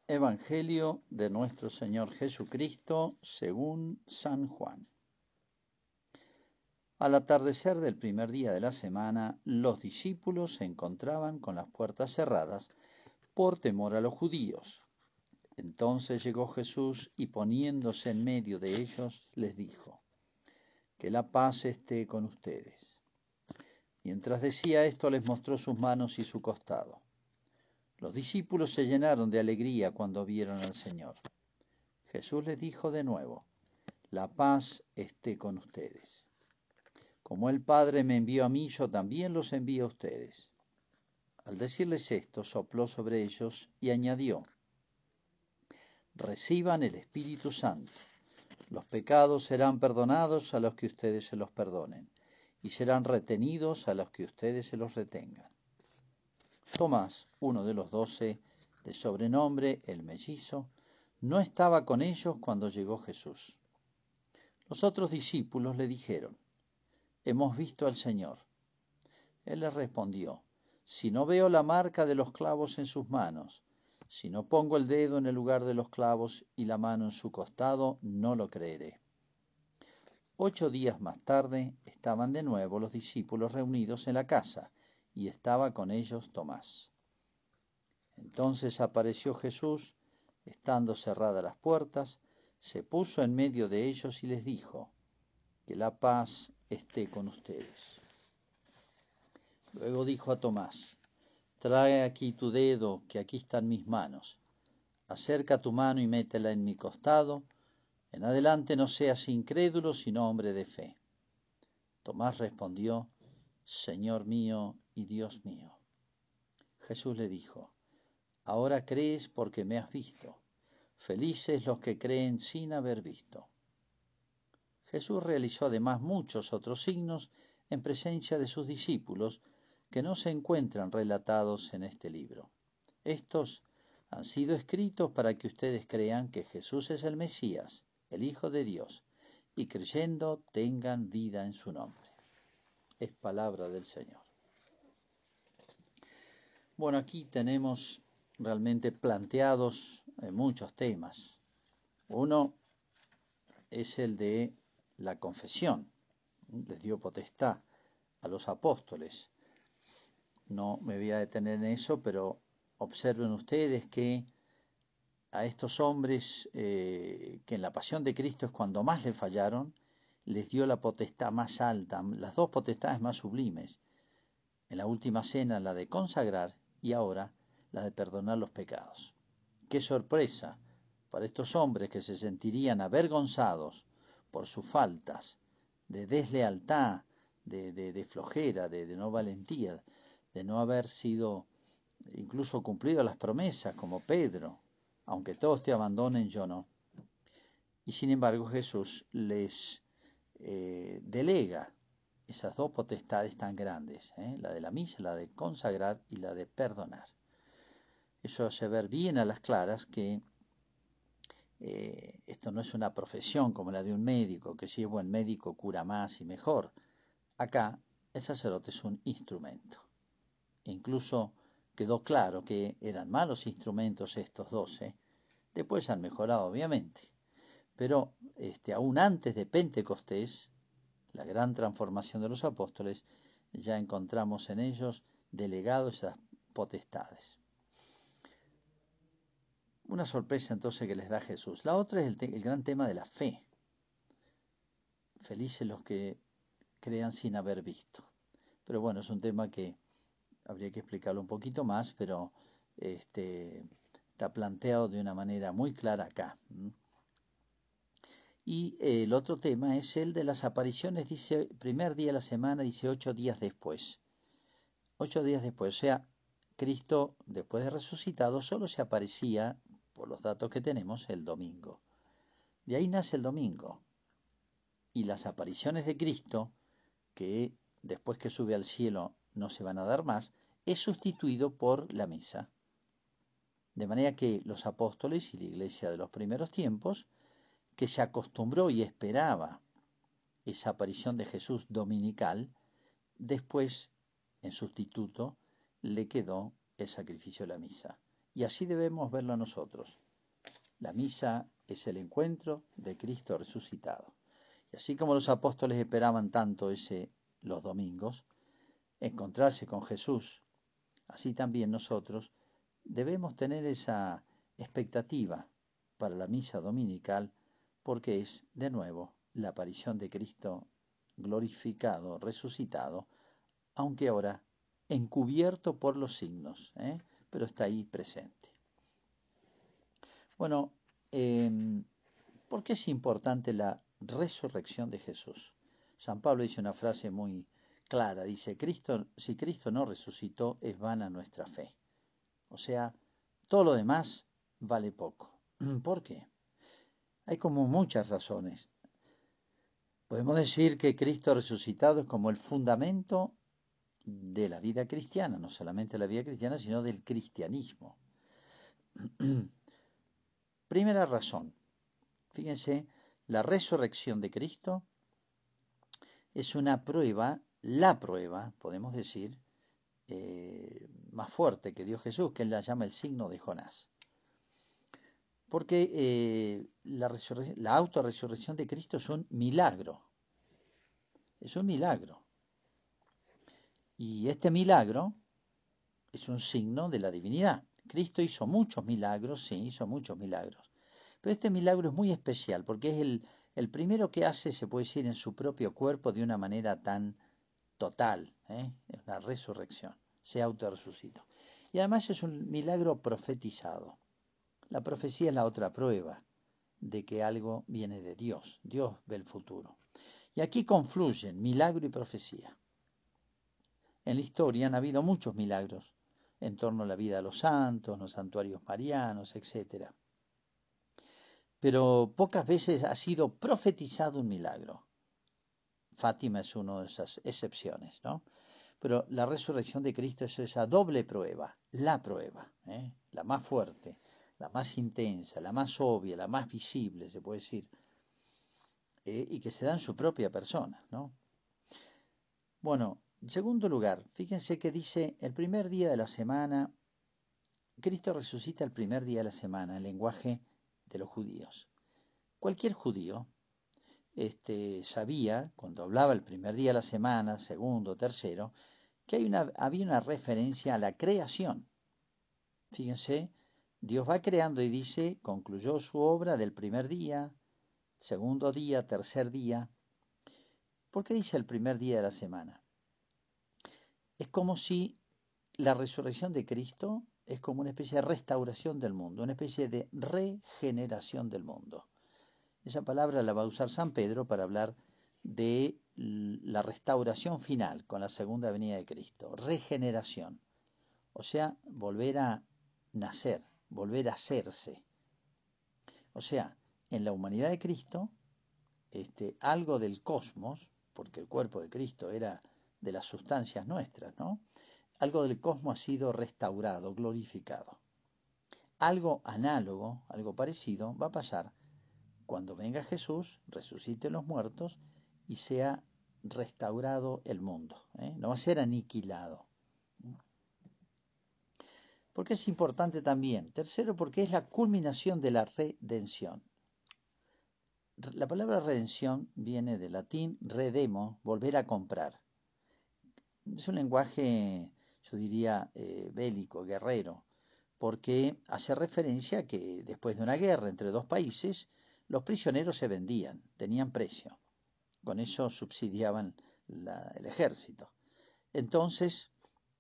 Evangelio de nuestro Señor Jesucristo según San Juan. Al atardecer del primer día de la semana, los discípulos se encontraban con las puertas cerradas por temor a los judíos. Entonces llegó Jesús y poniéndose en medio de ellos, les dijo: Que la paz esté con ustedes. Mientras decía esto, les mostró sus manos y su costado. Los discípulos se llenaron de alegría cuando vieron al Señor. Jesús les dijo de nuevo: La paz esté con ustedes. Como el Padre me envió a mí, yo también los envío a ustedes. Al decirles esto, sopló sobre ellos y añadió: Reciban el Espíritu Santo. Los pecados serán perdonados a los que ustedes se los perdonen, y serán retenidos a los que ustedes se los retengan. Tomás, uno de los 12, de sobrenombre el Mellizo, no estaba con ellos cuando llegó Jesús. Los otros discípulos le dijeron: Hemos visto al Señor. Él les respondió: Si no veo la marca de los clavos en sus manos, si no pongo el dedo en el lugar de los clavos y la mano en su costado, no lo creeré. 8 días más tarde estaban de nuevo los discípulos reunidos en la casa, y estaba con ellos Tomás. Entonces apareció Jesús, estando cerradas las puertas, se puso en medio de ellos y les dijo: Que la paz esté con ustedes. Luego dijo a Tomás: Trae aquí tu dedo, que aquí están mis manos. Acerca tu mano y métela en mi costado. En adelante no seas incrédulo, sino hombre de fe. Tomás respondió: Señor mío y Dios mío. Jesús le dijo: Ahora crees porque me has visto. Felices los que creen sin haber visto. Jesús realizó además muchos otros signos en presencia de sus discípulos que no se encuentran relatados en este libro. Estos han sido escritos para que ustedes crean que Jesús es el Mesías, el Hijo de Dios, y creyendo tengan vida en su nombre. Es palabra del Señor. Bueno, aquí tenemos realmente planteados muchos temas. Uno es el de la confesión. Les dio potestad a los apóstoles. No me voy a detener en eso, pero observen ustedes que a estos hombres que en la pasión de Cristo es cuando más le fallaron, les dio la potestad más alta, las dos potestades más sublimes. En la última cena la de consagrar y ahora la de perdonar los pecados. ¡Qué sorpresa para estos hombres que se sentirían avergonzados por sus faltas de deslealtad, de flojera, de no valentía, de no haber sido incluso cumplido las promesas, como Pedro: aunque todos te abandonen, yo no. Y sin embargo Jesús les delega esas dos potestades tan grandes, la de la misa, la de consagrar y la de perdonar. Eso hace ver bien a las claras que esto no es una profesión como la de un médico, que si es buen médico cura más y mejor. Acá el sacerdote es un instrumento. Incluso quedó claro que eran malos instrumentos estos 12, después han mejorado obviamente, pero aún antes de Pentecostés, la gran transformación de los apóstoles, ya encontramos en ellos delegados esas potestades. Una sorpresa entonces que les da Jesús. La otra es el gran tema de la fe. Felices los que crean sin haber visto. Pero bueno, es un tema que habría que explicarlo un poquito más, pero está planteado de una manera muy clara acá. Y el otro tema es el de las apariciones, dice, primer día de la semana, dice 8 días después. 8 días después, o sea, Cristo, después de resucitado, solo se aparecía, por los datos que tenemos, el domingo. De ahí nace el domingo. Y las apariciones de Cristo, que después que sube al cielo no se van a dar más, es sustituido por la misa. De manera que los apóstoles y la iglesia de los primeros tiempos, que se acostumbró y esperaba esa aparición de Jesús dominical, después, en sustituto, le quedó el sacrificio de la misa. Y así debemos verlo nosotros. La misa es el encuentro de Cristo resucitado. Y así como los apóstoles esperaban tanto los domingos, encontrarse con Jesús, así también nosotros debemos tener esa expectativa para la misa dominical, porque es, de nuevo, la aparición de Cristo glorificado, resucitado, aunque ahora encubierto por los signos, pero está ahí presente. Bueno, ¿por qué es importante la resurrección de Jesús? San Pablo dice una frase muy clara, dice, si Cristo no resucitó, es vana nuestra fe. O sea, todo lo demás vale poco. ¿Por qué? Hay como muchas razones. Podemos decir que Cristo resucitado es como el fundamento de la vida cristiana, no solamente la vida cristiana, sino del cristianismo. Primera razón, fíjense, la resurrección de Cristo es una prueba, la prueba, podemos decir, más fuerte que dio Jesús, que él la llama el signo de Jonás. Porque la autorresurrección de Cristo es un milagro. Es un milagro. Y este milagro es un signo de la divinidad. Cristo hizo muchos milagros, sí, hizo muchos milagros. Pero este milagro es muy especial porque es el primero que hace, se puede decir, en su propio cuerpo de una manera tan total. Es una resurrección. Se autorresucitó. Y además es un milagro profetizado. La profecía es la otra prueba de que algo viene de Dios. Dios ve el futuro. Y aquí confluyen milagro y profecía. En la historia han habido muchos milagros en torno a la vida de los santos, los santuarios marianos, etc. Pero pocas veces ha sido profetizado un milagro. Fátima es una de esas excepciones, ¿no? Pero la resurrección de Cristo es esa doble prueba, la más fuerte, la más intensa, la más obvia, la más visible, se puede decir, y que se da en su propia persona, ¿no? Bueno, en segundo lugar, fíjense que dice el primer día de la semana, Cristo resucita el primer día de la semana, el lenguaje de los judíos. Cualquier judío sabía, cuando hablaba el primer día de la semana, segundo, tercero, que había una referencia a la creación. Fíjense, Dios va creando y dice, concluyó su obra del primer día, segundo día, tercer día. ¿Por qué dice el primer día de la semana? Es como si la resurrección de Cristo es como una especie de restauración del mundo, una especie de regeneración del mundo. Esa palabra la va a usar San Pedro para hablar de la restauración final con la segunda venida de Cristo, regeneración. O sea, volver a nacer, volver a hacerse. O sea, en la humanidad de Cristo, algo del cosmos, porque el cuerpo de Cristo era de las sustancias nuestras, ¿no? Algo del cosmos ha sido restaurado, glorificado. Algo análogo, algo parecido, va a pasar cuando venga Jesús, resucite los muertos y sea restaurado el mundo. No va a ser aniquilado. Porque es importante también. Tercero, porque es la culminación de la redención. La palabra redención viene del latín redemo, volver a comprar. Es un lenguaje, yo diría, bélico, guerrero, porque hace referencia a que después de una guerra entre dos países, los prisioneros se vendían, tenían precio. Con eso subsidiaban el ejército. Entonces,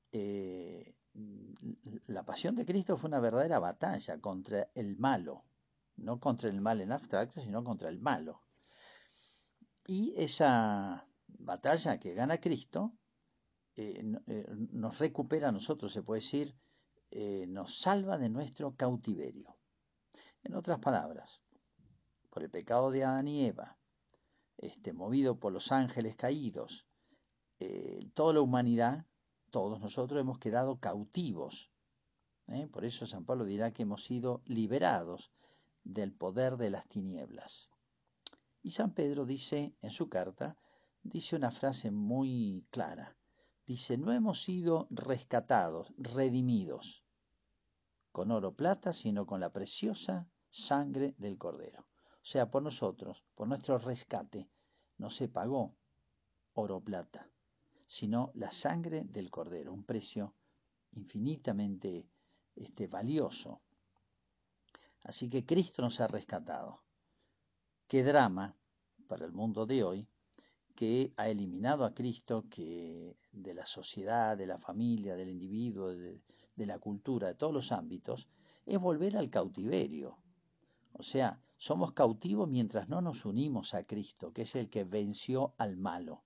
la pasión de Cristo fue una verdadera batalla contra el malo, no contra el mal en abstracto, sino contra el malo. Y esa batalla que gana Cristo nos recupera a nosotros, se puede decir, nos salva de nuestro cautiverio. En otras palabras, por el pecado de Adán y Eva, movido por los ángeles caídos, toda la humanidad, todos nosotros hemos quedado cautivos. Por eso San Pablo dirá que hemos sido liberados del poder de las tinieblas. Y San Pedro dice en su carta, dice una frase muy clara. Dice, no hemos sido rescatados, redimidos. con oro o plata, sino con la preciosa sangre del Cordero. O sea, por nosotros, por nuestro rescate, no se pagó oro o plata, sino la sangre del Cordero, un precio infinitamente valioso. Así que Cristo nos ha rescatado. Qué drama para el mundo de hoy que ha eliminado a Cristo que de la sociedad, de la familia, del individuo, de la cultura, de todos los ámbitos, es volver al cautiverio. O sea, somos cautivos mientras no nos unimos a Cristo, que es el que venció al malo.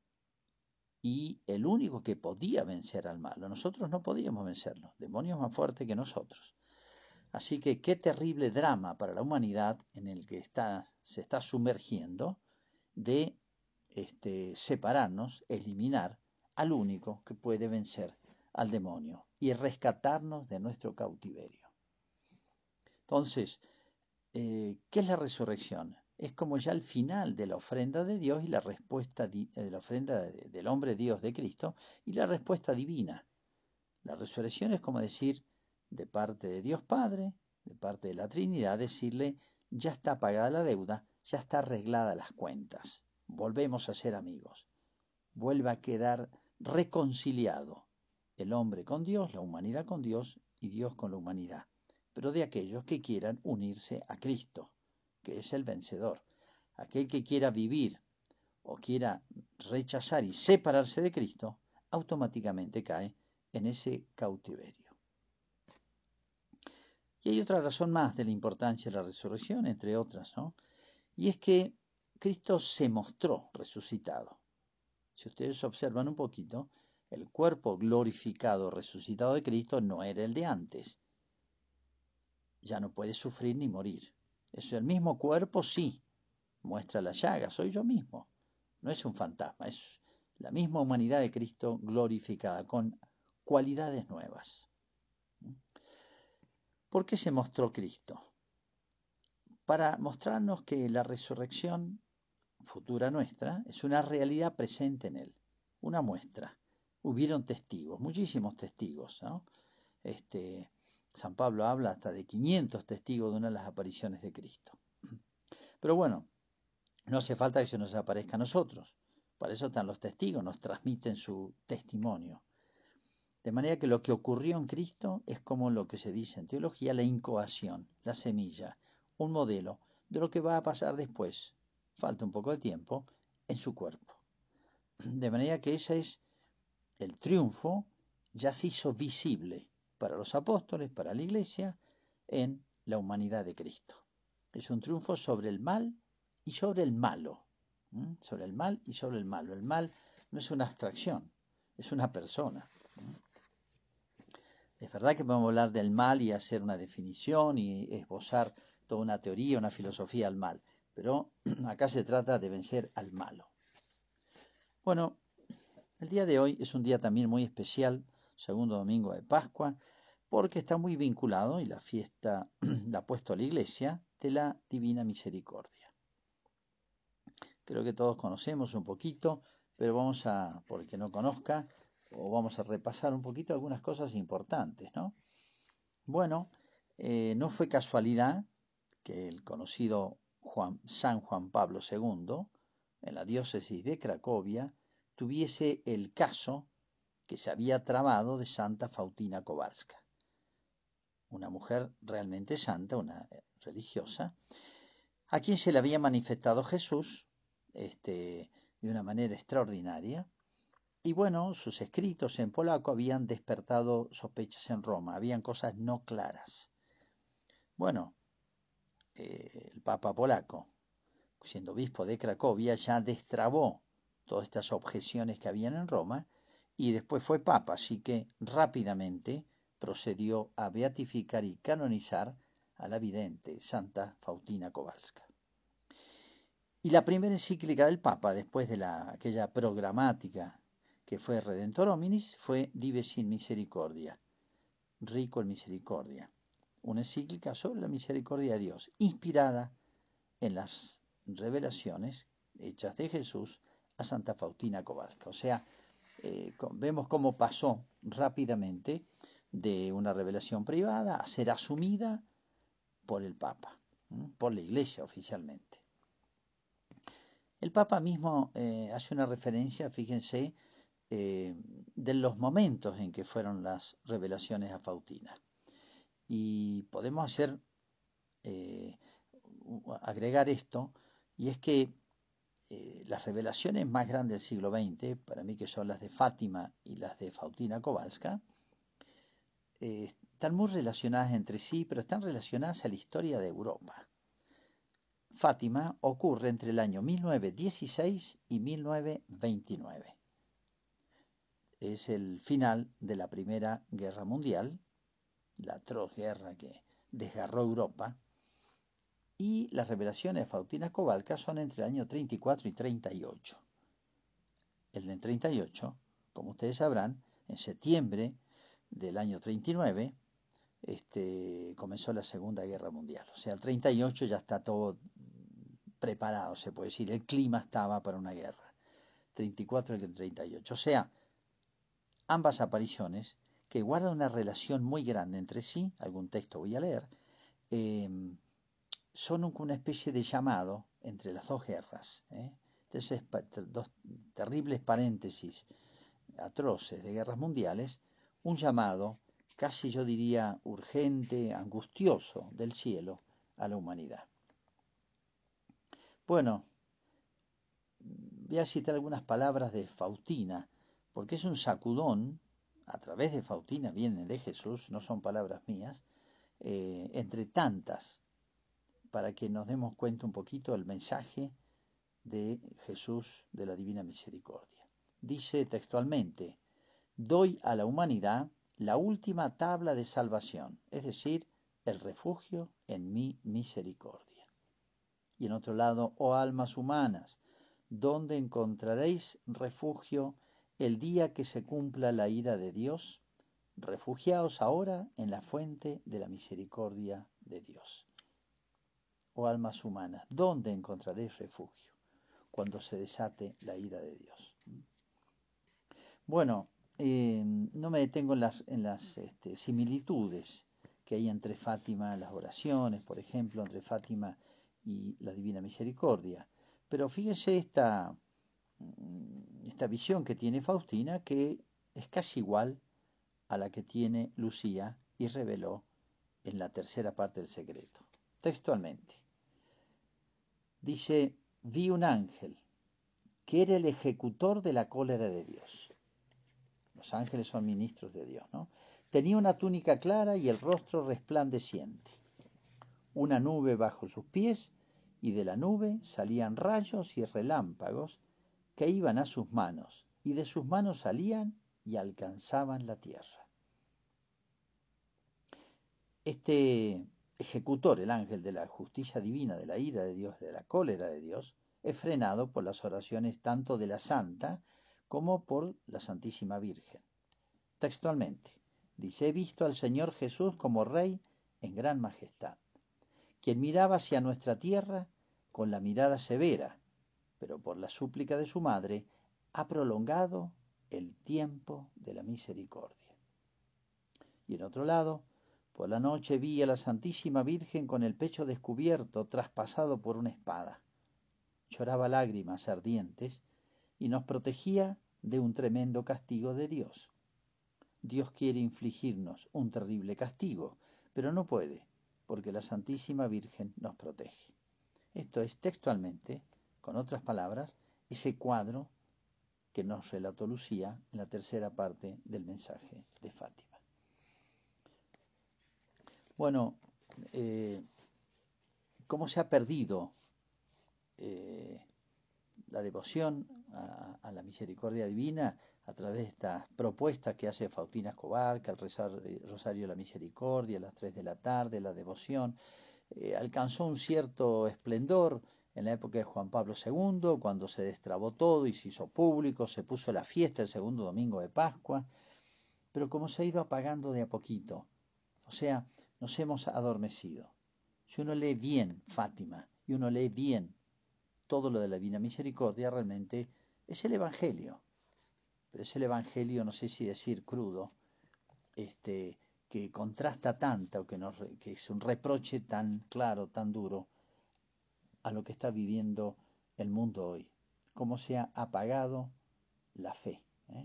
Y el único que podía vencer al malo. Nosotros no podíamos vencerlo. Demonios más fuertes que nosotros. Así que qué terrible drama para la humanidad en el que se está sumergiendo de separarnos, eliminar al único que puede vencer al demonio y rescatarnos de nuestro cautiverio. Entonces, ¿qué es la resurrección? Es como ya el final de la ofrenda de Dios y la respuesta de la ofrenda del hombre Dios de Cristo y la respuesta divina. La resurrección es como decir de parte de Dios Padre, de parte de la Trinidad, decirle ya está pagada la deuda, ya está arreglada las cuentas, volvemos a ser amigos, vuelve a quedar reconciliado el hombre con Dios, la humanidad con Dios y Dios con la humanidad, pero de aquellos que quieran unirse a Cristo, que es el vencedor. Aquel que quiera vivir o quiera rechazar y separarse de Cristo, automáticamente cae en ese cautiverio. Y hay otra razón más de la importancia de la resurrección, entre otras, ¿no? Y es que Cristo se mostró resucitado. Si ustedes observan un poquito, el cuerpo glorificado, resucitado de Cristo no era el de antes. Ya no puede sufrir ni morir. Es el mismo cuerpo, sí, muestra la llaga, soy yo mismo. No es un fantasma, es la misma humanidad de Cristo glorificada, con cualidades nuevas. ¿Por qué se mostró Cristo? Para mostrarnos que la resurrección futura nuestra es una realidad presente en Él, una muestra. Hubieron testigos, muchísimos testigos, ¿no? San Pablo habla hasta de 500 testigos de una de las apariciones de Cristo. Pero bueno, no hace falta que se nos aparezca a nosotros. Para eso están los testigos, nos transmiten su testimonio. De manera que lo que ocurrió en Cristo es como lo que se dice en teología, la incoación, la semilla, un modelo de lo que va a pasar después. Falta un poco de tiempo en su cuerpo. De manera que ese es el triunfo, ya se hizo visible para los apóstoles, para la iglesia, en la humanidad de Cristo. Es un triunfo sobre el mal y sobre el malo. Sobre el mal y sobre el malo. El mal no es una abstracción, es una persona. Es verdad que podemos hablar del mal y hacer una definición y esbozar toda una teoría, una filosofía al mal, pero acá se trata de vencer al malo. Bueno, el día de hoy es un día también muy especial, segundo domingo de Pascua, porque está muy vinculado, y la fiesta la ha puesto la Iglesia, de la Divina Misericordia. Creo que todos conocemos un poquito, pero vamos a, por el que no conozca, o vamos a repasar un poquito algunas cosas importantes, ¿no? Bueno, no fue casualidad que el conocido San Juan Pablo II, en la diócesis de Cracovia, tuviese el caso que se había trabado de Santa Fautina Kowalska, una mujer realmente santa, una religiosa, a quien se le había manifestado Jesús de una manera extraordinaria. Y bueno, sus escritos en polaco habían despertado sospechas en Roma, habían cosas no claras. Bueno, el Papa polaco, siendo obispo de Cracovia, ya destrabó todas estas objeciones que habían en Roma y después fue Papa, así que rápidamente procedió a beatificar y canonizar a la vidente Santa Fautina Kowalska. Y la primera encíclica del Papa, después de aquella programática que fue Redentor Hominis, fue Dives in Misericordia, rico en misericordia, una encíclica sobre la misericordia de Dios, inspirada en las revelaciones hechas de Jesús a Santa Fautina Kowalska. O sea, vemos cómo pasó rápidamente de una revelación privada a ser asumida por el Papa, por la Iglesia oficialmente. El Papa mismo hace una referencia, fíjense, de los momentos en que fueron las revelaciones a Fautina. Y podemos agregar esto, y es que las revelaciones más grandes del siglo XX, para mí que son las de Fátima y las de Fautina Kowalska, están muy relacionadas entre sí, pero están relacionadas a la historia de Europa. Fátima ocurre entre el año 1916 y 1929. Es el final de la Primera Guerra Mundial, la atroz guerra que desgarró Europa, y las revelaciones de Fautina Kowalska son entre el año 34 y 38. El del 38, como ustedes sabrán, en septiembre del año 39, comenzó la Segunda Guerra Mundial. O sea, el 38 ya está todo preparado, se puede decir. El clima estaba para una guerra. 34 y el 38. O sea, ambas apariciones que guardan una relación muy grande entre sí, algún texto voy a leer, son una especie de llamado entre las dos guerras. Entonces, dos terribles paréntesis atroces de guerras mundiales, un llamado casi yo diría urgente, angustioso del cielo a la humanidad. Bueno, voy a citar algunas palabras de Fautina, porque es un sacudón, a través de Fautina vienen de Jesús, no son palabras mías, entre tantas, para que nos demos cuenta un poquito del mensaje de Jesús de la Divina Misericordia. Dice textualmente: doy a la humanidad la última tabla de salvación, es decir, el refugio en mi misericordia. Y en otro lado: oh almas humanas, ¿dónde encontraréis refugio el día que se cumpla la ira de Dios? Refugiaos ahora en la fuente de la misericordia de Dios. Oh almas humanas, ¿dónde encontraréis refugio cuando se desate la ira de Dios? Bueno, no me detengo en las similitudes que hay entre Fátima, las oraciones, por ejemplo, entre Fátima y la Divina Misericordia. Pero fíjense esta visión que tiene Faustina, que es casi igual a la que tiene Lucía y reveló en la tercera parte del secreto. Textualmente, dice: vi un ángel que era el ejecutor de la cólera de Dios. Los ángeles son ministros de Dios, ¿no? Tenía una túnica clara y el rostro resplandeciente, una nube bajo sus pies, y de la nube salían rayos y relámpagos que iban a sus manos, y de sus manos salían y alcanzaban la tierra. Este ejecutor, el ángel de la justicia divina, de la ira de Dios, de la cólera de Dios, es frenado por las oraciones tanto de la Santa como por la Santísima Virgen. Textualmente, dice: he visto al Señor Jesús como Rey en gran majestad, quien miraba hacia nuestra tierra con la mirada severa, pero por la súplica de su madre ha prolongado el tiempo de la misericordia. Y en otro lado, por la noche vi a la Santísima Virgen con el pecho descubierto, traspasado por una espada. Lloraba lágrimas ardientes y nos protegía de un tremendo castigo de Dios. Dios quiere infligirnos un terrible castigo, pero no puede, porque la Santísima Virgen nos protege. Esto es textualmente, con otras palabras, ese cuadro que nos relató Lucía en la tercera parte del mensaje de Fátima. Bueno, ¿cómo se ha perdido la devoción a la misericordia divina a través de estas propuestas que hace Fautina Kowalska, el Rosario de la Misericordia, a las 3 de la tarde, la devoción? Alcanzó un cierto esplendor en la época de Juan Pablo II, cuando se destrabó todo y se hizo público, se puso la fiesta el segundo domingo de Pascua, pero como se ha ido apagando de a poquito, o sea, nos hemos adormecido. Si uno lee bien Fátima y uno lee bien todo lo de la Divina Misericordia, realmente es el Evangelio. Pero es el Evangelio, no sé si decir crudo, que contrasta tanto, que es un reproche tan claro, tan duro a lo que está viviendo el mundo hoy, cómo se ha apagado la fe.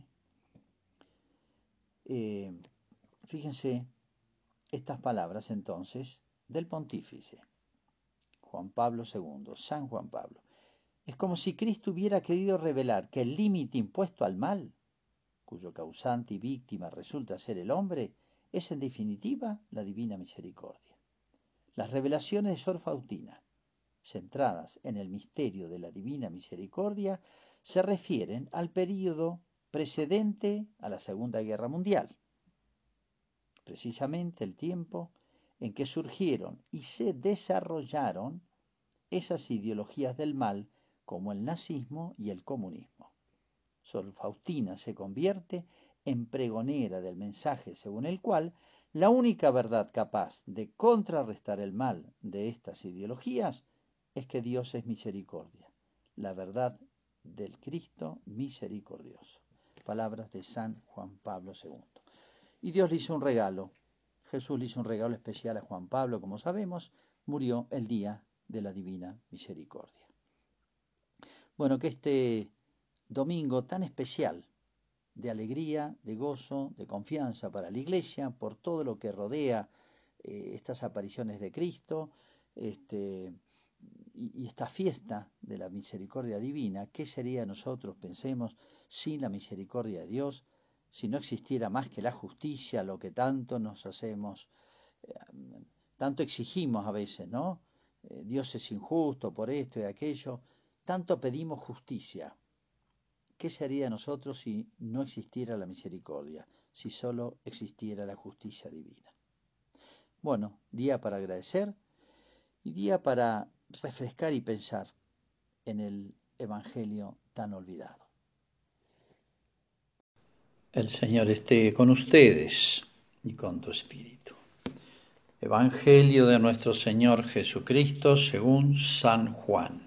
Fíjense estas palabras entonces del pontífice Juan Pablo II, San Juan Pablo. Es como si Cristo hubiera querido revelar que el límite impuesto al mal, cuyo causante y víctima resulta ser el hombre, es en definitiva la divina misericordia. Las revelaciones de Sor Faustina, centradas en el misterio de la divina misericordia, se refieren al período precedente a la Segunda Guerra Mundial, precisamente el tiempo en que surgieron y se desarrollaron esas ideologías del mal como el nazismo y el comunismo. Sor Faustina se convierte en pregonera del mensaje según el cual la única verdad capaz de contrarrestar el mal de estas ideologías es que Dios es misericordia, la verdad del Cristo misericordioso. Palabras de San Juan Pablo II. Y Dios le hizo un regalo. Jesús le hizo un regalo especial a Juan Pablo, como sabemos, murió el día de la divina misericordia. Bueno, que este domingo tan especial, de alegría, de gozo, de confianza para la Iglesia, por todo lo que rodea estas apariciones de Cristo, y esta fiesta de la misericordia divina. ¿Qué sería de nosotros, pensemos, sin la misericordia de Dios? Si no existiera más que la justicia, lo que tanto nos hacemos, tanto exigimos a veces, ¿no? Dios es injusto por esto y aquello, tanto pedimos justicia. ¿Qué sería de nosotros si no existiera la misericordia, si solo existiera la justicia divina? Bueno, día para agradecer y día para refrescar y pensar en el Evangelio tan olvidado. El Señor esté con ustedes y con tu espíritu. Evangelio de nuestro Señor Jesucristo según San Juan.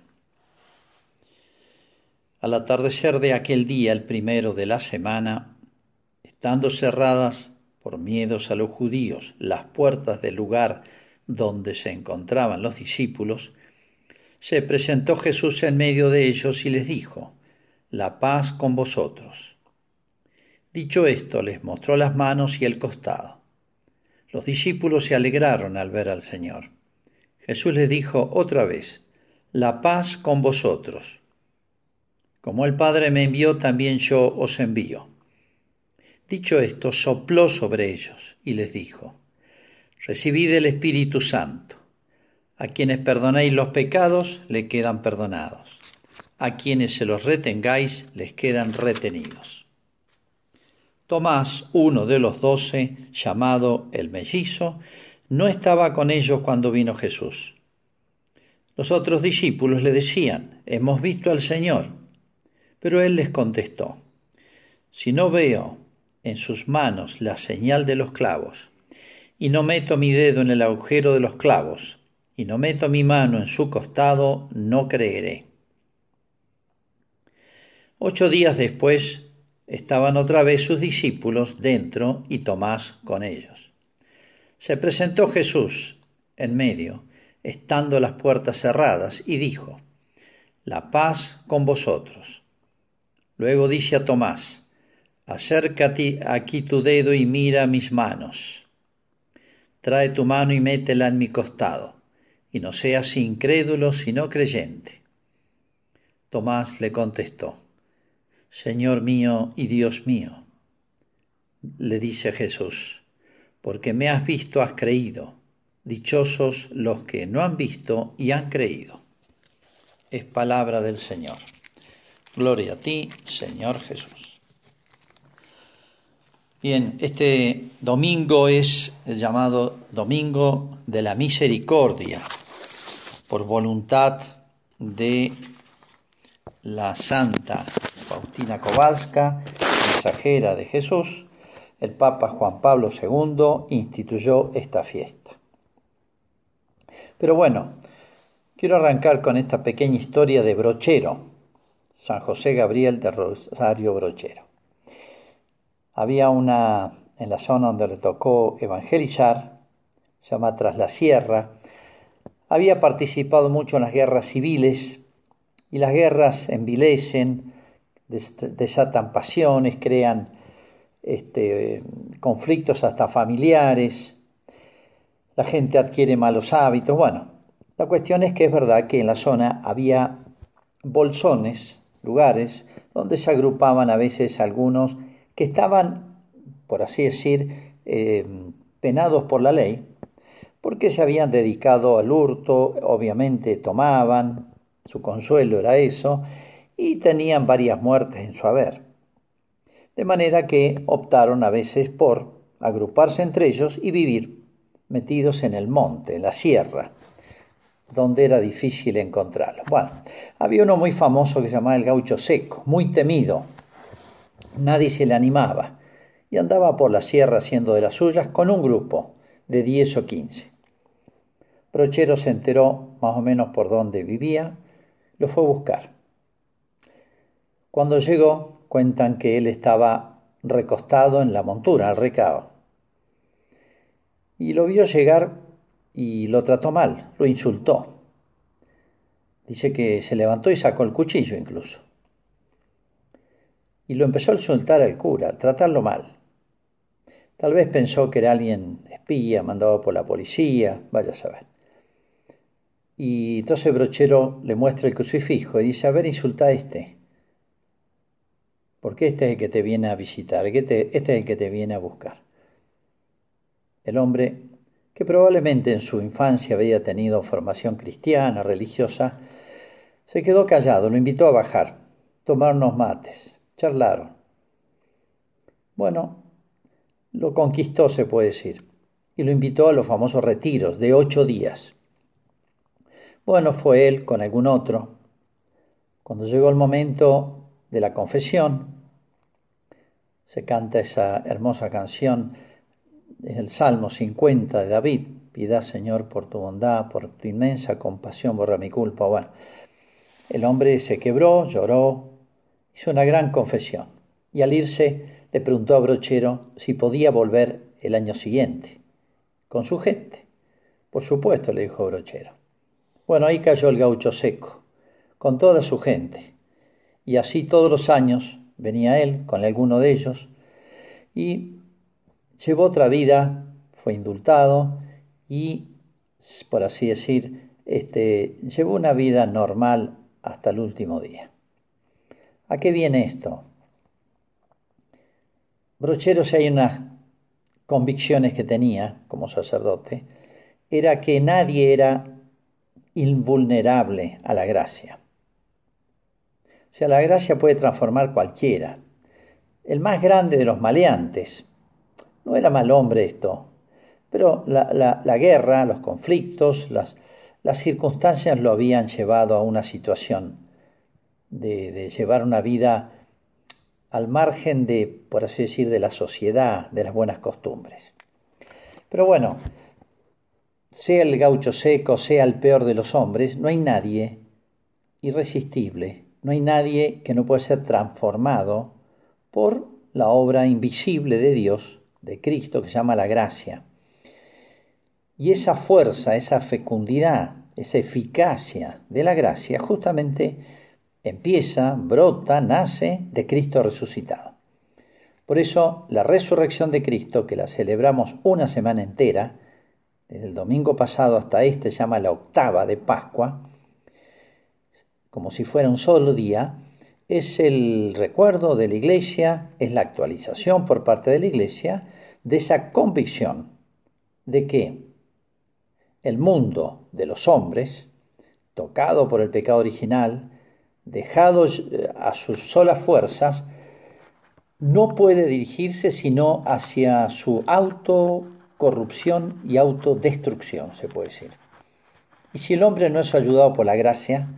Al atardecer de aquel día, el primero de la semana, estando cerradas por miedos a los judíos las puertas del lugar donde se encontraban los discípulos, se presentó Jesús en medio de ellos y les dijo: «La paz con vosotros». Dicho esto, les mostró las manos y el costado. Los discípulos se alegraron al ver al Señor. Jesús les dijo otra vez: «La paz con vosotros. Como el Padre me envió, también yo os envío». Dicho esto, sopló sobre ellos y les dijo: «Recibid el Espíritu Santo. A quienes perdonéis los pecados, le quedan perdonados. A quienes se los retengáis, les quedan retenidos». Tomás, uno de los 12, llamado el mellizo, no estaba con ellos cuando vino Jesús. Los otros discípulos le decían: «Hemos visto al Señor». Pero él les contestó: «Si no veo en sus manos la señal de los clavos, y no meto mi dedo en el agujero de los clavos, y no meto mi mano en su costado, no creeré». 8 días después estaban otra vez sus discípulos dentro y Tomás con ellos. Se presentó Jesús en medio, estando las puertas cerradas, y dijo: «La paz con vosotros». Luego dice a Tomás: «Acércate aquí tu dedo y mira mis manos. Trae tu mano y métela en mi costado, y no seas incrédulo sino creyente». Tomás le contestó: «Señor mío y Dios mío». Le dice Jesús: «Porque me has visto, has creído. Dichosos los que no han visto y han creído». Es palabra del Señor. Gloria a ti, Señor Jesús. Bien, este domingo es el llamado Domingo de la Misericordia, por voluntad de la Santa Faustina Kowalska, mensajera de Jesús. El Papa Juan Pablo II instituyó esta fiesta. Pero bueno, quiero arrancar con esta pequeña historia de Brochero, San José Gabriel de Rosario Brochero. Había una en la zona donde le tocó evangelizar, se llama Tras la Sierra. Había participado mucho en las guerras civiles, y las guerras envilecen, desatan pasiones, crean conflictos hasta familiares, la gente adquiere malos hábitos. Bueno, la cuestión es que es verdad que en la zona había bolsones, lugares, donde se agrupaban a veces algunos que estaban, por así decir, penados por la ley, porque se habían dedicado al hurto, obviamente tomaban, su consuelo era eso, y tenían varias muertes en su haber. De manera que optaron a veces por agruparse entre ellos y vivir metidos en el monte, en la sierra, donde era difícil encontrarlos. Bueno, había uno muy famoso que se llamaba el Gaucho Seco, muy temido. Nadie se le animaba y andaba por la sierra haciendo de las suyas con un grupo de 10 o 15. Brochero se enteró más o menos por dónde vivía, lo fue a buscar. Cuando llegó, cuentan que él estaba recostado en la montura, al recao, y lo vio llegar y lo trató mal, lo insultó. Dice que se levantó y sacó el cuchillo incluso. Y lo empezó a insultar al cura, a tratarlo mal. Tal vez pensó que era alguien espía, mandado por la policía, vaya a saber. Y entonces Brochero le muestra el crucifijo y dice: a ver, insulta a este. Porque este es el que te viene a visitar, este es el que te viene a buscar. El hombre, que probablemente en su infancia había tenido formación cristiana, religiosa, se quedó callado, lo invitó a bajar, tomaron unos mates, charlaron. Bueno, lo conquistó, se puede decir, y lo invitó a los famosos retiros de 8 días. Bueno, fue él con algún otro. Cuando llegó el momento de la confesión, se canta esa hermosa canción, es el Salmo 50 de David: piedad, Señor, por tu bondad, por tu inmensa compasión, borra mi culpa. Bueno, el hombre se quebró, lloró, hizo una gran confesión, y al irse le preguntó a Brochero si podía volver el año siguiente, con su gente. Por supuesto, le dijo Brochero. Bueno, ahí cayó el Gaucho Seco, con toda su gente, y así todos los años venía él con alguno de ellos, y llevó otra vida, fue indultado, y, por así decir, llevó una vida normal hasta el último día. ¿A qué viene esto? Brochero, si hay unas convicciones que tenía como sacerdote, era que nadie era invulnerable a la gracia. O sea, la gracia puede transformar cualquiera. El más grande de los maleantes, no era mal hombre esto, pero la guerra, los conflictos, las circunstancias lo habían llevado a una situación de llevar una vida al margen de, por así decir, de la sociedad, de las buenas costumbres. Pero bueno, sea el Gaucho Seco, sea el peor de los hombres, no hay nadie irresistible, no hay nadie que no pueda ser transformado por la obra invisible de Dios, de Cristo, que se llama la gracia. Y esa fuerza, esa fecundidad, esa eficacia de la gracia justamente empieza, brota, nace de Cristo resucitado. Por eso la resurrección de Cristo, que la celebramos una semana entera, desde el domingo pasado hasta se llama la octava de Pascua, como si fuera un solo día, es el recuerdo de la Iglesia, es la actualización por parte de la Iglesia de esa convicción de que el mundo de los hombres, tocado por el pecado original, dejado a sus solas fuerzas, no puede dirigirse sino hacia su autocorrupción y autodestrucción, se puede decir. Y si el hombre no es ayudado por la gracia,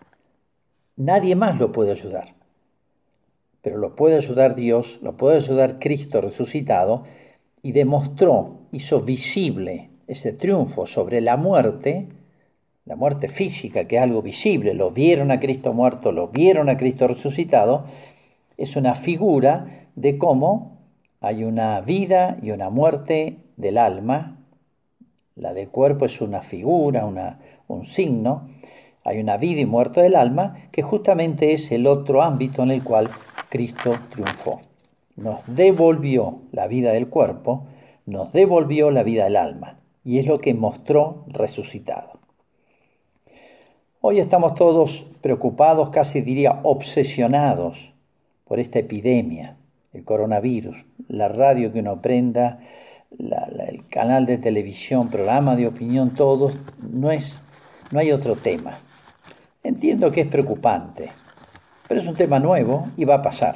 nadie más lo puede ayudar. Pero lo puede ayudar Dios, lo puede ayudar Cristo resucitado, y demostró, hizo visible ese triunfo sobre la muerte física, que es algo visible. Lo vieron a Cristo muerto, lo vieron a Cristo resucitado. Es una figura de cómo Hay una vida y una muerte del alma. La del cuerpo es una figura, un signo. Hay una vida y muerte del alma, que justamente es el otro ámbito en el cual Cristo triunfó. Nos devolvió la vida del cuerpo, nos devolvió la vida del alma, y es lo que mostró resucitado. Hoy estamos todos preocupados, casi diría obsesionados, por esta epidemia, el coronavirus. La radio que uno prenda, el canal de televisión, programa de opinión, todos, no hay otro tema. Entiendo que es preocupante, pero es un tema nuevo y va a pasar.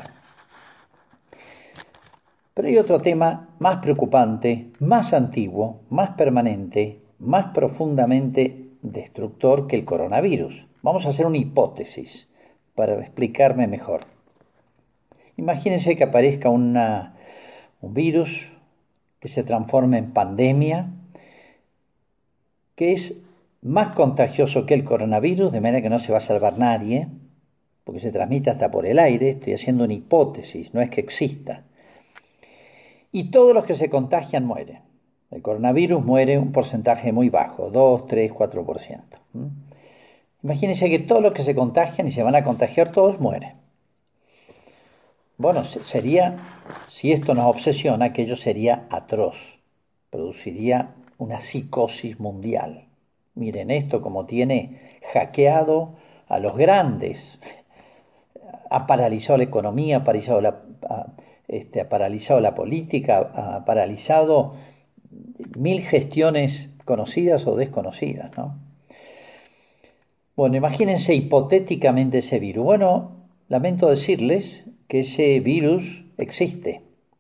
Pero hay otro tema más preocupante, más antiguo, más permanente, más profundamente destructor que el coronavirus. Vamos a hacer una hipótesis para explicarme mejor. Imagínense que aparezca un virus que se transforme en pandemia, que es más contagioso que el coronavirus, de manera que no se va a salvar nadie, porque se transmite hasta por el aire. Estoy haciendo una hipótesis, no es que exista. Y todos los que se contagian mueren. El coronavirus muere un porcentaje muy bajo, 2, 3, 4%. Imagínense que todos los que se contagian y se van a contagiar todos mueren. Bueno, sería, si esto nos obsesiona, aquello sería atroz. Produciría una psicosis mundial. Miren esto como tiene hackeado a los grandes. Ha paralizado la economía, ha paralizado la política, ha paralizado 1000 gestiones conocidas o desconocidas, ¿no? Bueno, imagínense hipotéticamente ese virus. Bueno, lamento decirles que ese virus existe.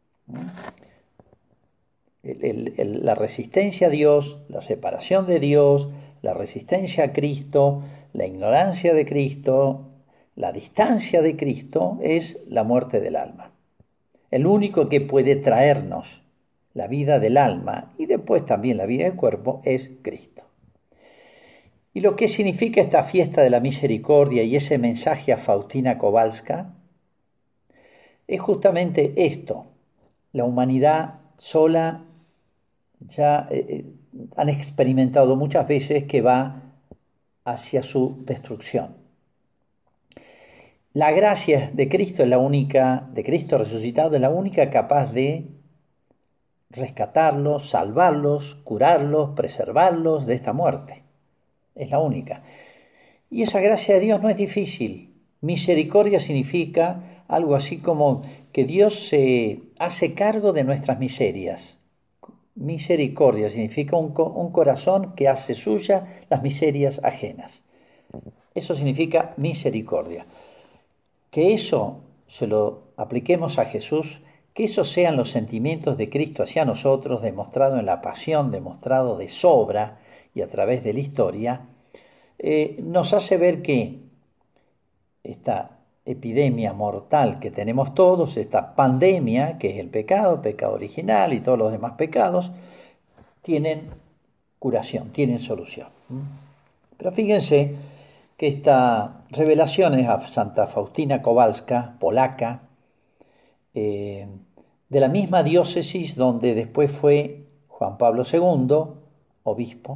La resistencia a Dios, la separación de Dios, la resistencia a Cristo, la ignorancia de Cristo, la distancia de Cristo es la muerte del alma. El único que puede traernos la vida del alma y después también la vida del cuerpo es Cristo. Y lo que significa esta fiesta de la misericordia y ese mensaje a Faustina Kowalska es justamente esto. La humanidad sola ya han experimentado muchas veces que va hacia su destrucción. La gracia de Cristo es la única, de Cristo resucitado, es la única capaz de rescatarlos, salvarlos, curarlos, preservarlos de esta muerte. Es la única. Y esa gracia de Dios no es difícil. Misericordia significa algo así como que Dios se hace cargo de nuestras miserias. Misericordia significa un corazón que hace suya las miserias ajenas. Eso significa misericordia. Que eso se lo apliquemos a Jesús, que esos sean los sentimientos de Cristo hacia nosotros, demostrado en la pasión, demostrado de sobra y a través de la historia, nos hace ver que esta epidemia mortal que tenemos todos, esta pandemia, que es el pecado original y todos los demás pecados, tienen curación, tienen solución. Pero fíjense que esta revelación es a Santa Faustina Kowalska, polaca, de la misma diócesis donde después fue Juan Pablo II, obispo.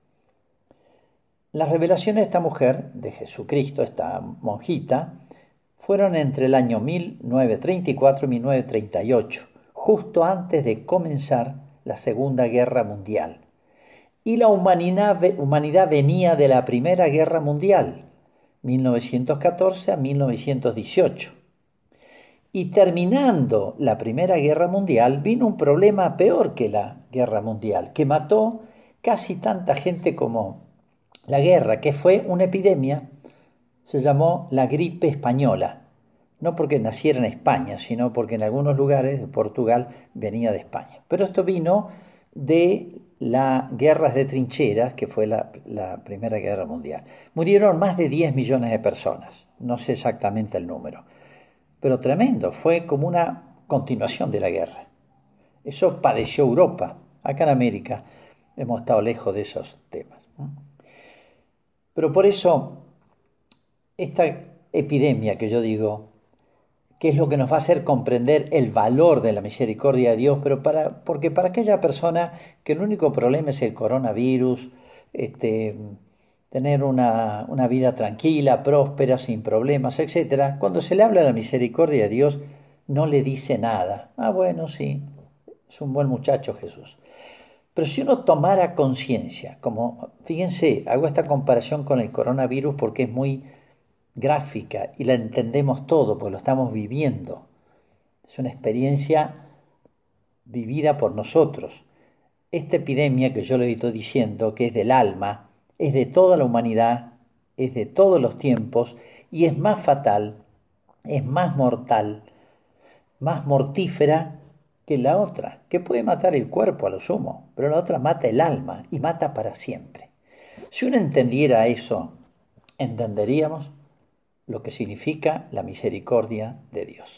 Las revelaciones de esta mujer, de Jesucristo, esta monjita, fueron entre el año 1934 y 1938, justo antes de comenzar la Segunda Guerra Mundial. Y la humanidad venía de la Primera Guerra Mundial, 1914 a 1918. Y terminando la Primera Guerra Mundial, vino un problema peor que la Guerra Mundial, que mató casi tanta gente como la guerra, que fue una epidemia. Se llamó la gripe española, no porque naciera en España, sino porque en algunos lugares de Portugal venía de España. Pero esto vino de las guerras de trincheras, que fue la Primera Guerra Mundial. Murieron más de 10 millones de personas, no sé exactamente el número, pero tremendo, fue como una continuación de la guerra. Eso padeció Europa. Acá en América hemos estado lejos de esos temas. Pero por eso, esta epidemia que yo digo, que es lo que nos va a hacer comprender el valor de la misericordia de Dios, pero porque para aquella persona que el único problema es el coronavirus, tener una vida tranquila, próspera, sin problemas, etcétera, cuando se le habla de la misericordia de Dios, no le dice nada. Ah, bueno, sí, es un buen muchacho Jesús. Pero si uno tomara conciencia, como, fíjense, hago esta comparación con el coronavirus porque es muy gráfica y la entendemos todo, pues lo estamos viviendo. Es una experiencia vivida por nosotros. Esta epidemia que yo le estoy diciendo, que es del alma, es de toda la humanidad, es de todos los tiempos y es más fatal, es más mortal, más mortífera que la otra, que puede matar el cuerpo a lo sumo, pero la otra mata el alma y mata para siempre. Si uno entendiera eso, entenderíamos lo que significa la misericordia de Dios.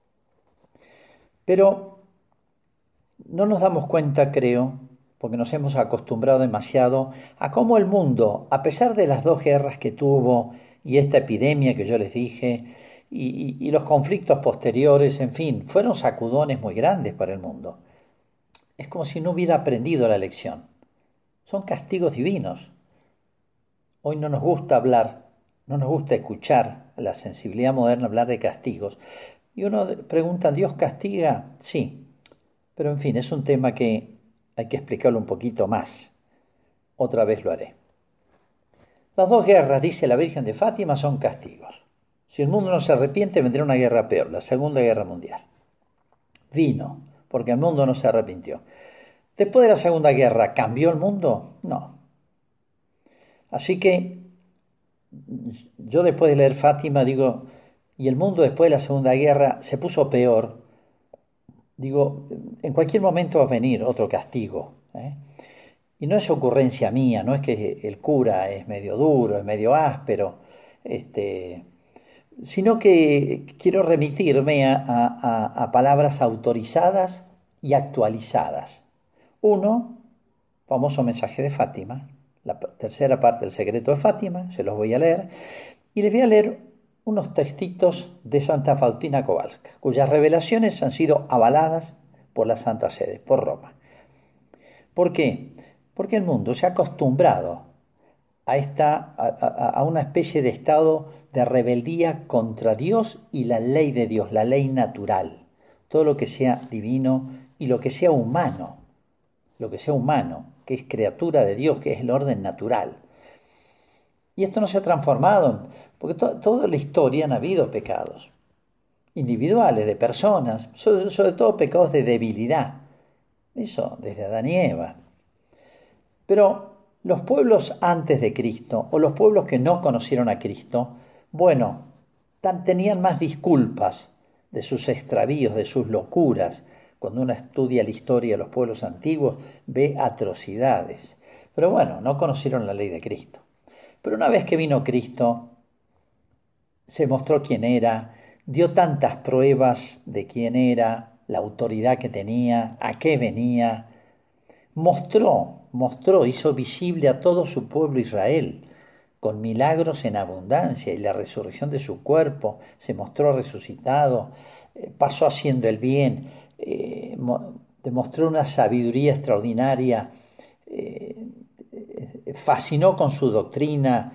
Pero no nos damos cuenta, creo, porque nos hemos acostumbrado demasiado a cómo el mundo, a pesar de las 2 guerras que tuvo y esta epidemia que yo les dije, y los conflictos posteriores, en fin, fueron sacudones muy grandes para el mundo. Es como si no hubiera aprendido la lección. Son castigos divinos. Hoy no nos gusta hablar, no nos gusta escuchar a la sensibilidad moderna hablar de castigos. Y uno pregunta, ¿Dios castiga? Sí, pero en fin, es un tema que hay que explicarlo un poquito más. Otra vez lo haré. Las 2 guerras, dice la Virgen de Fátima, son castigos. Si el mundo no se arrepiente, vendrá una guerra peor, la Segunda Guerra Mundial. Vino, porque el mundo no se arrepintió. Después de la Segunda Guerra, ¿cambió el mundo? No. Así que yo después de leer Fátima digo, y el mundo después de la Segunda Guerra se puso peor. Digo, en cualquier momento va a venir otro castigo. Y no es ocurrencia mía, no es que el cura es medio duro, es medio áspero, sino que quiero remitirme a palabras autorizadas y actualizadas. Uno, famoso mensaje de Fátima, la tercera parte del secreto de Fátima, se los voy a leer, y les voy a leer unos textitos de Santa Faustina Kowalska, cuyas revelaciones han sido avaladas por la Santa Sede, por Roma. ¿Por qué? Porque el mundo se ha acostumbrado a una especie de estado de rebeldía contra Dios y la ley de Dios, la ley natural, todo lo que sea divino y lo que sea humano, que es criatura de Dios, que es el orden natural. Y esto no se ha transformado, porque toda la historia han habido pecados individuales, de personas, sobre todo pecados de debilidad. Eso desde Adán y Eva. Pero los pueblos antes de Cristo, o los pueblos que no conocieron a Cristo, bueno, tenían más disculpas de sus extravíos, de sus locuras. Cuando uno estudia la historia de los pueblos antiguos, ve atrocidades. Pero bueno, no conocieron la ley de Cristo. Pero una vez que vino Cristo, se mostró quién era, dio tantas pruebas de quién era, la autoridad que tenía, a qué venía. Mostró, hizo visible a todo su pueblo Israel, con milagros en abundancia y la resurrección de su cuerpo, se mostró resucitado, pasó haciendo el bien, demostró una sabiduría extraordinaria, fascinó con su doctrina,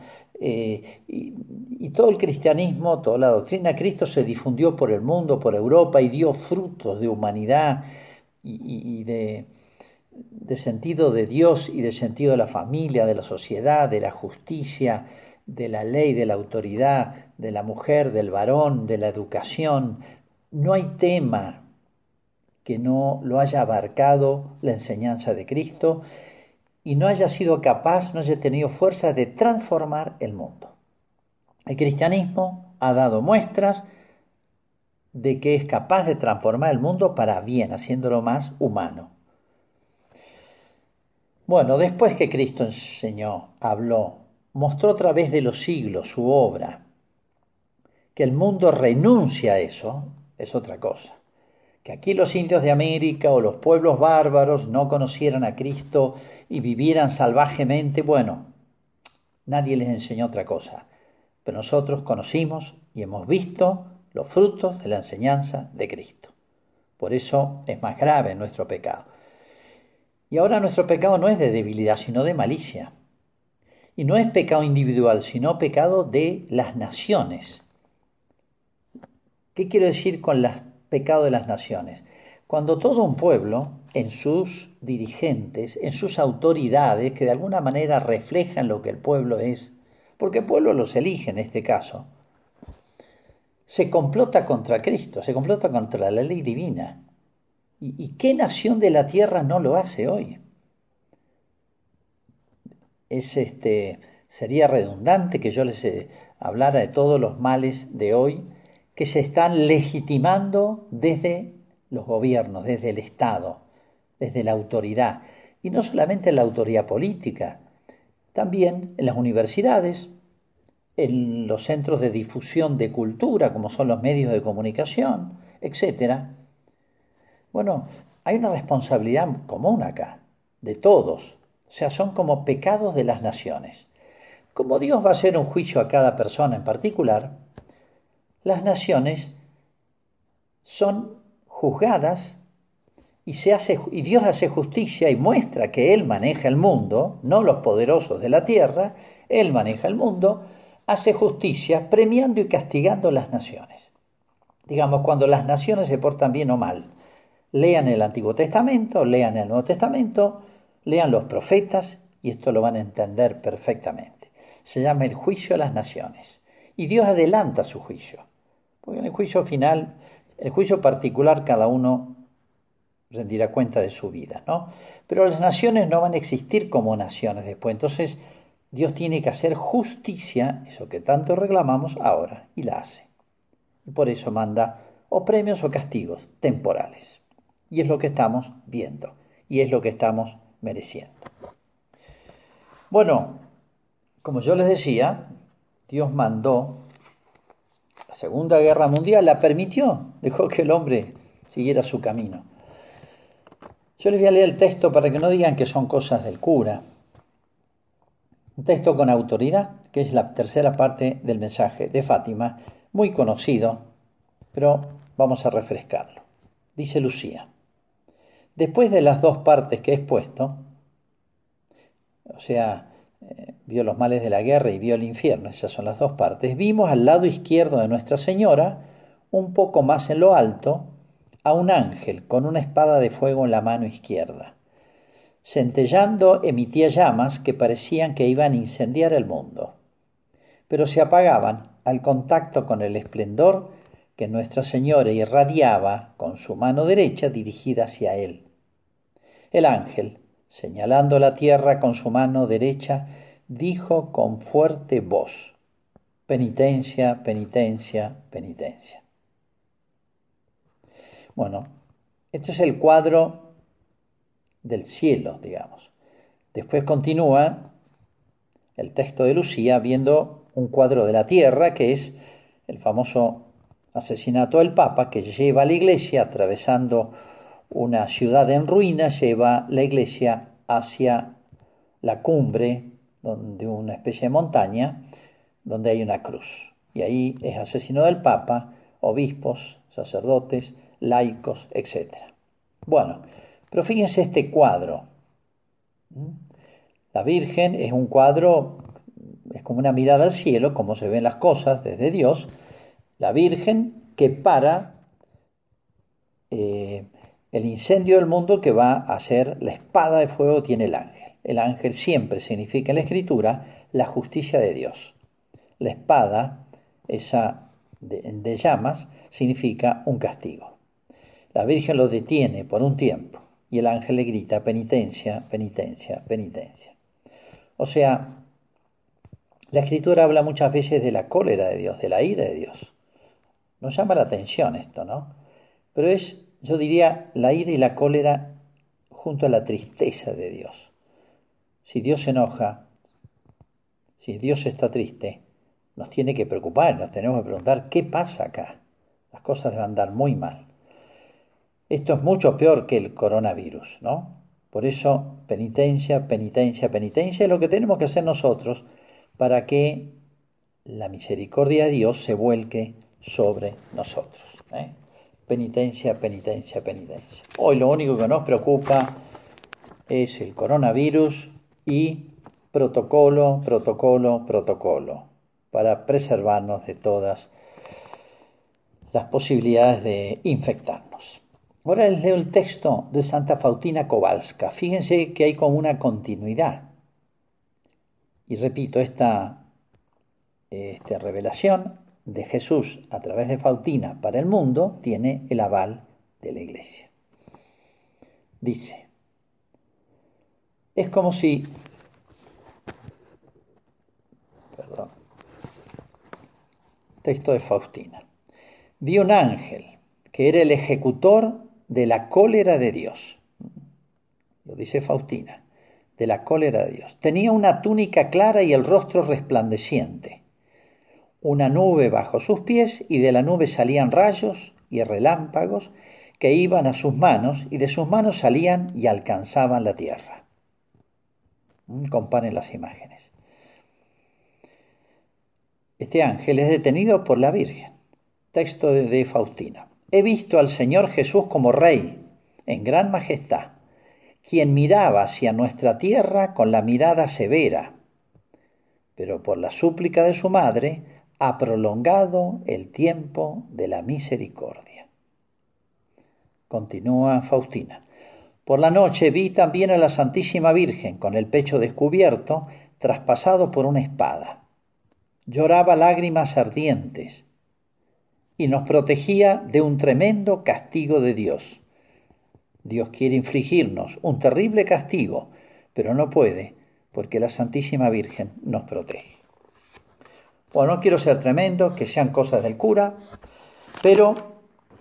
y todo el cristianismo, toda la doctrina de Cristo se difundió por el mundo, por Europa, y dio frutos de humanidad y de sentido de Dios y de sentido de la familia, de la sociedad, de la justicia, de la ley, de la autoridad, de la mujer, del varón, de la educación. No hay tema que no lo haya abarcado la enseñanza de Cristo y no haya sido capaz, no haya tenido fuerza de transformar el mundo. El cristianismo ha dado muestras de que es capaz de transformar el mundo para bien, haciéndolo más humano. Bueno, después que Cristo enseñó, habló, mostró a través de los siglos su obra, que el mundo renuncia a eso, es otra cosa. Que aquí los indios de América o los pueblos bárbaros no conocieran a Cristo y vivieran salvajemente, bueno, nadie les enseñó otra cosa. Pero nosotros conocimos y hemos visto los frutos de la enseñanza de Cristo. Por eso es más grave nuestro pecado. Y ahora nuestro pecado no es de debilidad, sino de malicia. Y no es pecado individual, sino pecado de las naciones. ¿Qué quiero decir con el pecado de las naciones? Cuando todo un pueblo, en sus dirigentes, en sus autoridades, que de alguna manera reflejan lo que el pueblo es, porque el pueblo los elige en este caso, se complota contra Cristo, se complota contra la ley divina. ¿Y qué nación de la tierra no lo hace hoy? Sería redundante que yo les hablara de todos los males de hoy que se están legitimando desde los gobiernos, desde el Estado, desde la autoridad. Y no solamente en la autoridad política, también en las universidades, en los centros de difusión de cultura, como son los medios de comunicación, etc. Bueno, hay una responsabilidad común acá, de todos. O sea, son como pecados de las naciones. Como Dios va a hacer un juicio a cada persona en particular, las naciones son juzgadas y Dios hace justicia y muestra que Él maneja el mundo, no los poderosos de la tierra, Él maneja el mundo, hace justicia premiando y castigando las naciones. Digamos, cuando las naciones se portan bien o mal, lean el Antiguo Testamento, lean el Nuevo Testamento, lean los profetas y esto lo van a entender perfectamente. Se llama el juicio a las naciones y Dios adelanta su juicio, porque en el juicio final, el juicio particular, cada uno rendirá cuenta de su vida, ¿no? Pero las naciones no van a existir como naciones después, entonces Dios tiene que hacer justicia, eso que tanto reclamamos ahora, y la hace. Y por eso manda o premios o castigos temporales. Y es lo que estamos viendo, y es lo que estamos mereciendo. Bueno, como yo les decía, Dios mandó la Segunda Guerra Mundial, la permitió, dejó que el hombre siguiera su camino. Yo les voy a leer el texto para que no digan que son cosas del cura. Un texto con autoridad, que es la tercera parte del mensaje de Fátima, muy conocido, pero vamos a refrescarlo. Dice Lucía: después de las dos partes que he expuesto, o sea, vio los males de la guerra y vio el infierno, esas son las dos partes, vimos al lado izquierdo de Nuestra Señora, un poco más en lo alto, a un ángel con una espada de fuego en la mano izquierda. Centellando emitía llamas que parecían que iban a incendiar el mundo, pero se apagaban al contacto con el esplendor que Nuestra Señora irradiaba con su mano derecha dirigida hacia él. El ángel, señalando la tierra con su mano derecha, dijo con fuerte voz: penitencia, penitencia, penitencia. Bueno, este es el cuadro del cielo, digamos. Después continúa el texto de Lucía viendo un cuadro de la tierra, que es el famoso asesinato del Papa, que lleva a la iglesia, atravesando una ciudad en ruinas, lleva la iglesia hacia la cumbre de una especie de montaña, donde hay una cruz. Y ahí es asesinado el Papa, obispos, sacerdotes, laicos, etc. Bueno, pero fíjense este cuadro. La Virgen es un cuadro, es como una mirada al cielo, como se ven las cosas desde Dios. La Virgen que para el incendio del mundo, que va a ser la espada de fuego, tiene el ángel. El ángel siempre significa en la Escritura la justicia de Dios. La espada, esa de llamas, significa un castigo. La Virgen lo detiene por un tiempo y el ángel le grita: penitencia, penitencia, penitencia. O sea, la Escritura habla muchas veces de la cólera de Dios, de la ira de Dios. Nos llama la atención esto, ¿no? Pero es, yo diría, la ira y la cólera junto a la tristeza de Dios. Si Dios se enoja, si Dios está triste, nos tiene que preocupar, nos tenemos que preguntar: ¿qué pasa acá? Las cosas van a andar muy mal. Esto es mucho peor que el coronavirus, ¿no? Por eso, penitencia, penitencia, penitencia es lo que tenemos que hacer nosotros para que la misericordia de Dios se vuelque sobre nosotros. Penitencia, penitencia, penitencia. Hoy lo único que nos preocupa es el coronavirus y protocolo, protocolo, protocolo, para preservarnos de todas las posibilidades de infectarnos. Ahora les leo el texto de Santa Faustina Kowalska. Fíjense que hay como una continuidad. Y repito, esta revelación de Jesús a través de Faustina para el mundo tiene el aval de la Iglesia. Dice, es como si, texto de Faustina, vi un ángel que era el ejecutor de la cólera de Dios. Lo dice Faustina, de la cólera de Dios. Tenía una túnica clara y el rostro resplandeciente. Una nube bajo sus pies y de la nube salían rayos y relámpagos que iban a sus manos y de sus manos salían y alcanzaban la tierra. Comparen las imágenes. Este ángel es detenido por la Virgen. Texto de Faustina. He visto al Señor Jesús como Rey, en gran majestad, quien miraba hacia nuestra tierra con la mirada severa, pero por la súplica de su madre ha prolongado el tiempo de la misericordia. Continúa Faustina. Por la noche vi también a la Santísima Virgen con el pecho descubierto, traspasado por una espada. Lloraba lágrimas ardientes y nos protegía de un tremendo castigo de Dios. Dios quiere infligirnos un terrible castigo, pero no puede, porque la Santísima Virgen nos protege. Bueno, no quiero ser tremendo, que sean cosas del cura, pero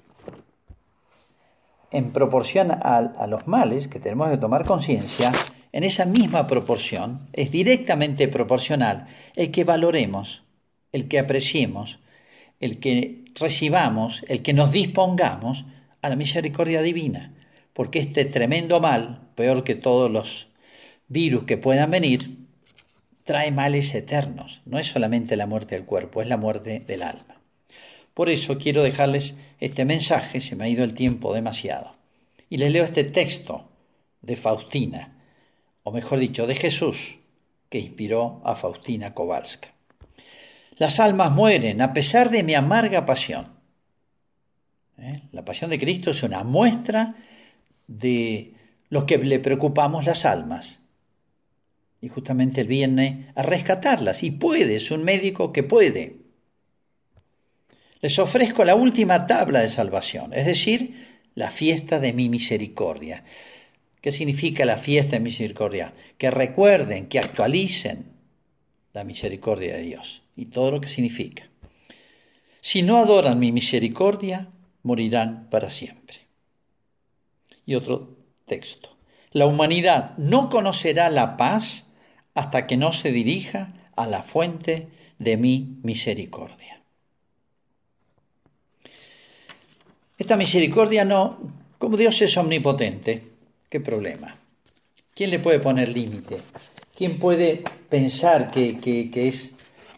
en proporción a los males que tenemos de tomar conciencia, en esa misma proporción, es directamente proporcional el que valoremos, el que apreciemos, el que recibamos, el que nos dispongamos a la misericordia divina, porque este tremendo mal, peor que todos los virus que puedan venir, trae males eternos. No es solamente la muerte del cuerpo, es la muerte del alma. Por eso quiero dejarles este mensaje, se me ha ido el tiempo demasiado. Y les leo este texto de Faustina, o mejor dicho, de Jesús, que inspiró a Faustina Kowalska. Las almas mueren a pesar de mi amarga pasión. La pasión de Cristo es una muestra de lo que le preocupamos las almas. Y justamente Él viene a rescatarlas, y puede, es un médico que puede. Les ofrezco la última tabla de salvación, es decir, la fiesta de mi misericordia. ¿Qué significa la fiesta de misericordia? Que recuerden, que actualicen la misericordia de Dios y todo lo que significa. Si no adoran mi misericordia, morirán para siempre. Y otro texto. La humanidad no conocerá la paz hasta que no se dirija a la fuente de mi misericordia. Esta misericordia no, como Dios es omnipotente, ¿qué problema? ¿Quién le puede poner límite? ¿Quién puede pensar que es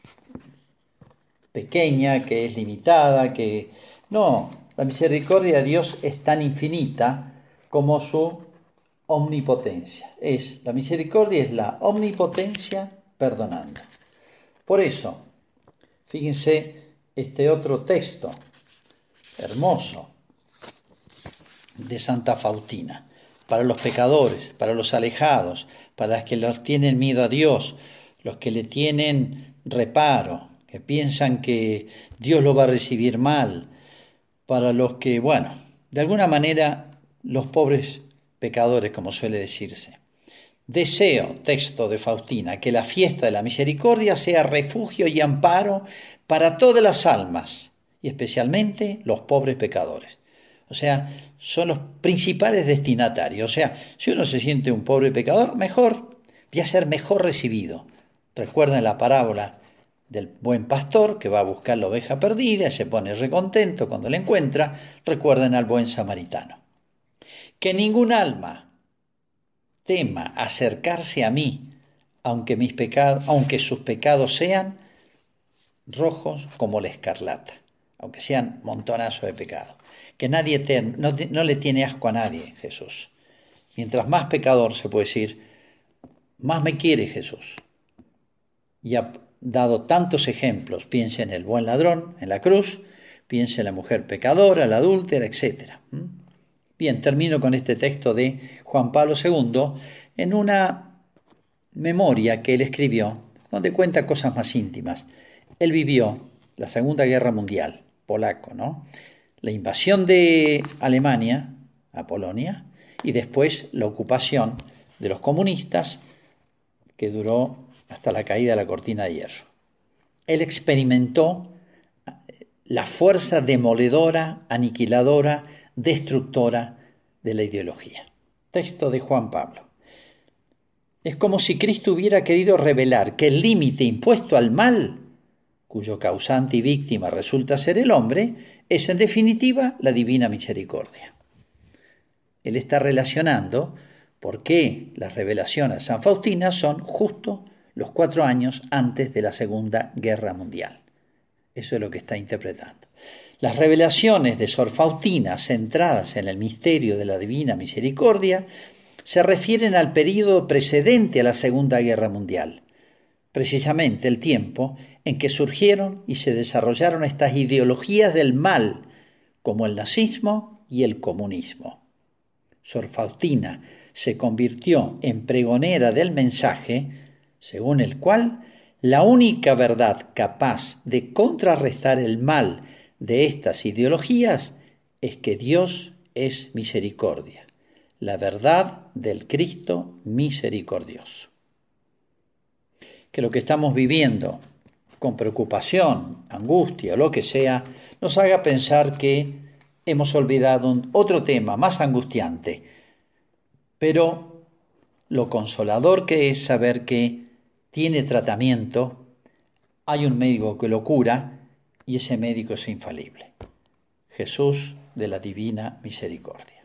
pequeña, que es limitada, que... No, la misericordia de Dios es tan infinita como su omnipotencia. La misericordia es la omnipotencia perdonando. Por eso, fíjense este otro texto hermoso de Santa Faustina, para los pecadores, para los alejados, para los que los tienen miedo a Dios, los que le tienen reparo, que piensan que Dios lo va a recibir mal, para los que, bueno, de alguna manera, los pobres pecadores, como suele decirse. Deseo, texto de Faustina, que la fiesta de la misericordia sea refugio y amparo para todas las almas, y especialmente los pobres pecadores. O sea, son los principales destinatarios. O sea, si uno se siente un pobre pecador, mejor, voy a ser mejor recibido. Recuerden la parábola del buen pastor que va a buscar la oveja perdida y se pone recontento cuando la encuentra. Recuerden al buen samaritano. Que ningún alma tema acercarse a mí, aunque sus pecados sean rojos como la escarlata. aunque sean montonazos de pecado. Que nadie no le tiene asco a nadie, Jesús. Mientras más pecador, se puede decir, más me quiere Jesús. Y ha dado tantos ejemplos. Piense en el buen ladrón, en la cruz, piense en la mujer pecadora, la adúltera, etc. Bien, termino con este texto de Juan Pablo II en una memoria que él escribió, donde cuenta cosas más íntimas. Él vivió la Segunda Guerra Mundial, polaco, ¿no? La invasión de Alemania a Polonia y después la ocupación de los comunistas que duró hasta la caída de la cortina de hierro. Él experimentó la fuerza demoledora, aniquiladora, destructora de la ideología. Texto de Juan Pablo. Es como si Cristo hubiera querido revelar que el límite impuesto al mal, cuyo causante y víctima resulta ser el hombre, es en definitiva la divina misericordia. Él está relacionando por qué las revelaciones a San Faustina son justo los 4 años antes de la Segunda Guerra Mundial. Eso es lo que está interpretando. Las revelaciones de Sor Faustina, centradas en el misterio de la divina misericordia, se refieren al período precedente a la Segunda Guerra Mundial, precisamente el tiempo en que surgieron y se desarrollaron estas ideologías del mal, como el nazismo y el comunismo. Sor Faustina se convirtió en pregonera del mensaje, según el cual la única verdad capaz de contrarrestar el mal de estas ideologías es que Dios es misericordia, la verdad del Cristo misericordioso. Que lo que estamos viviendo con preocupación, angustia o lo que sea, nos haga pensar que hemos olvidado otro tema más angustiante, pero lo consolador que es saber que tiene tratamiento, hay un médico que lo cura y ese médico es infalible. Jesús de la Divina Misericordia.